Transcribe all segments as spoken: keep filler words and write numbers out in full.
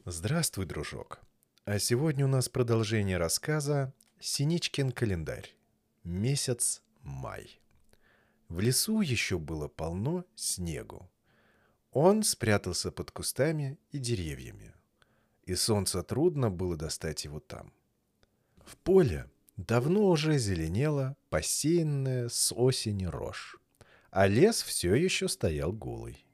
Здравствуй, дружок. А сегодня у нас продолжение рассказа «Синичкин календарь». Месяц май. В лесу еще было полно снегу. Он спрятался под кустами и деревьями, и солнца трудно было достать его там. В поле давно уже зеленела посеянная с осени рожь, а лес все еще стоял голый.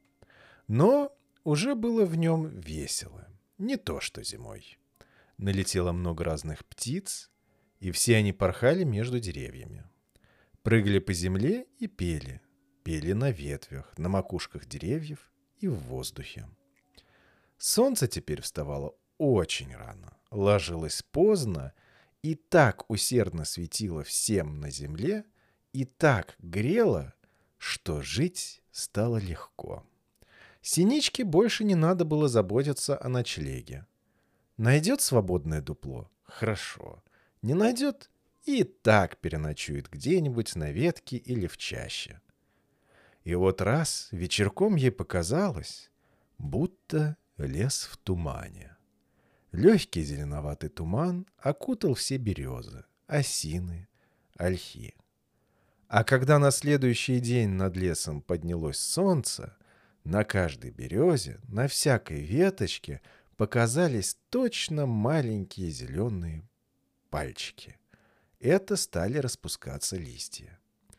Но уже было в нем весело, не то что зимой. Налетело много разных птиц, и все они порхали между деревьями. Прыгали по земле и пели. Пели на ветвях, на макушках деревьев и в воздухе. Солнце теперь вставало очень рано, ложилось поздно и так усердно светило всем на земле и так грело, что жить стало легко. Синичке больше не надо было заботиться о ночлеге. Найдет свободное дупло — хорошо. Не найдет — и так переночует где-нибудь на ветке или в чаще. И вот раз вечерком ей показалось, будто лес в тумане. Легкий зеленоватый туман окутал все березы, осины, ольхи. А когда на следующий день над лесом поднялось солнце, на каждой березе, на всякой веточке показались точно маленькие зеленые пальчики. Это стали распускаться листья.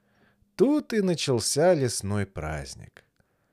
Тут и начался лесной праздник.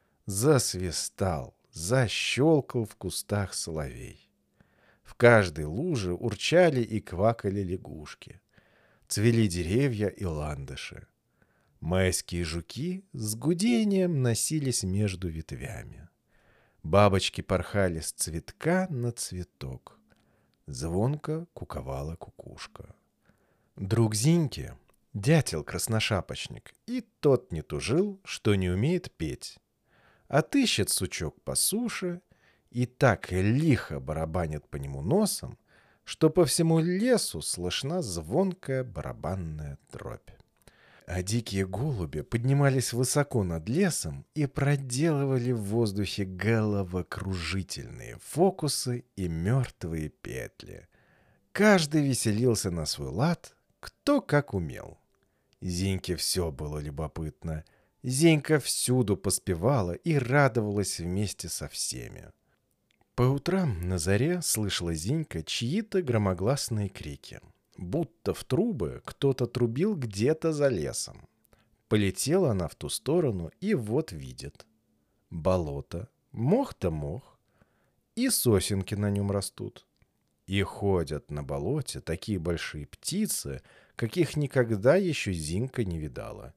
Засвистал, защелкал в кустах соловей. В каждой луже урчали и квакали лягушки. Цвели деревья и ландыши. Майские жуки с гудением носились между ветвями. Бабочки порхали с цветка на цветок. Звонко куковала кукушка. Друг Зиньки, дятел-красношапочник, и тот не тужил, что не умеет петь. Отыщет сучок по суше и так лихо барабанит по нему носом, что по всему лесу слышна звонкая барабанная дробь. А дикие голуби поднимались высоко над лесом и проделывали в воздухе головокружительные фокусы и мертвые петли. Каждый веселился на свой лад, кто как умел. Зиньке все было любопытно. Зинька всюду поспевала и радовалась вместе со всеми. По утрам на заре слышала Зинька чьи-то громогласные крики. Будто в трубы кто-то трубил где-то за лесом. Полетела она в ту сторону и вот видит. Болото, мох-то мох, и сосенки на нем растут. И ходят на болоте такие большие птицы, каких никогда еще Зинька не видала.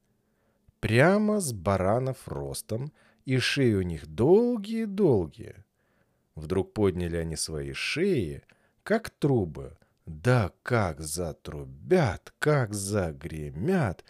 Прямо с баранов ростом, и шеи у них долгие-долгие. Вдруг подняли они свои шеи, как трубы, да как затрубят, как загремят.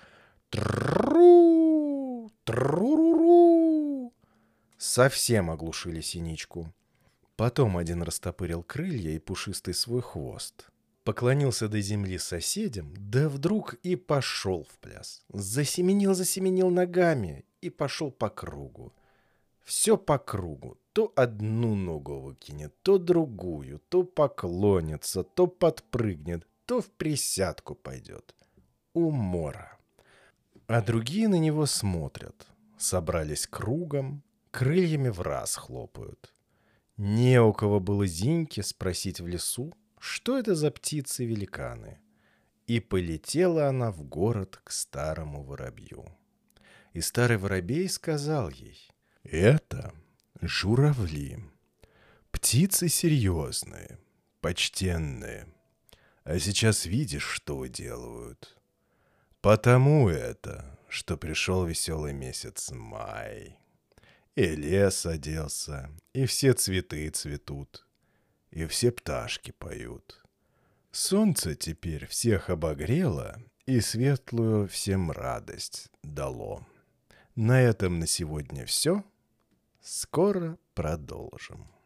Тру, тру-ру-ру. Совсем оглушили Синичку. Потом один растопырил крылья и пушистый свой хвост. Поклонился до земли соседям, да вдруг и пошел в пляс. Засеменил-засеменил ногами и пошел по кругу. Все по кругу. То одну ногу выкинет, то другую, то поклонится, то подпрыгнет, то в присядку пойдет. Умора. А другие на него смотрят. Собрались кругом, крыльями враз хлопают. Не у кого было Зиньке спросить в лесу, что это за птицы-великаны. И полетела она в город к старому воробью. И старый воробей сказал ей: «Это журавли, птицы серьезные, почтенные. А сейчас видишь, что делают. Потому это, что пришел веселый месяц май. И лес оделся, и все цветы цветут, и все пташки поют. Солнце теперь всех обогрело и светлую всем радость дало. На этом на сегодня все. Скоро продолжим.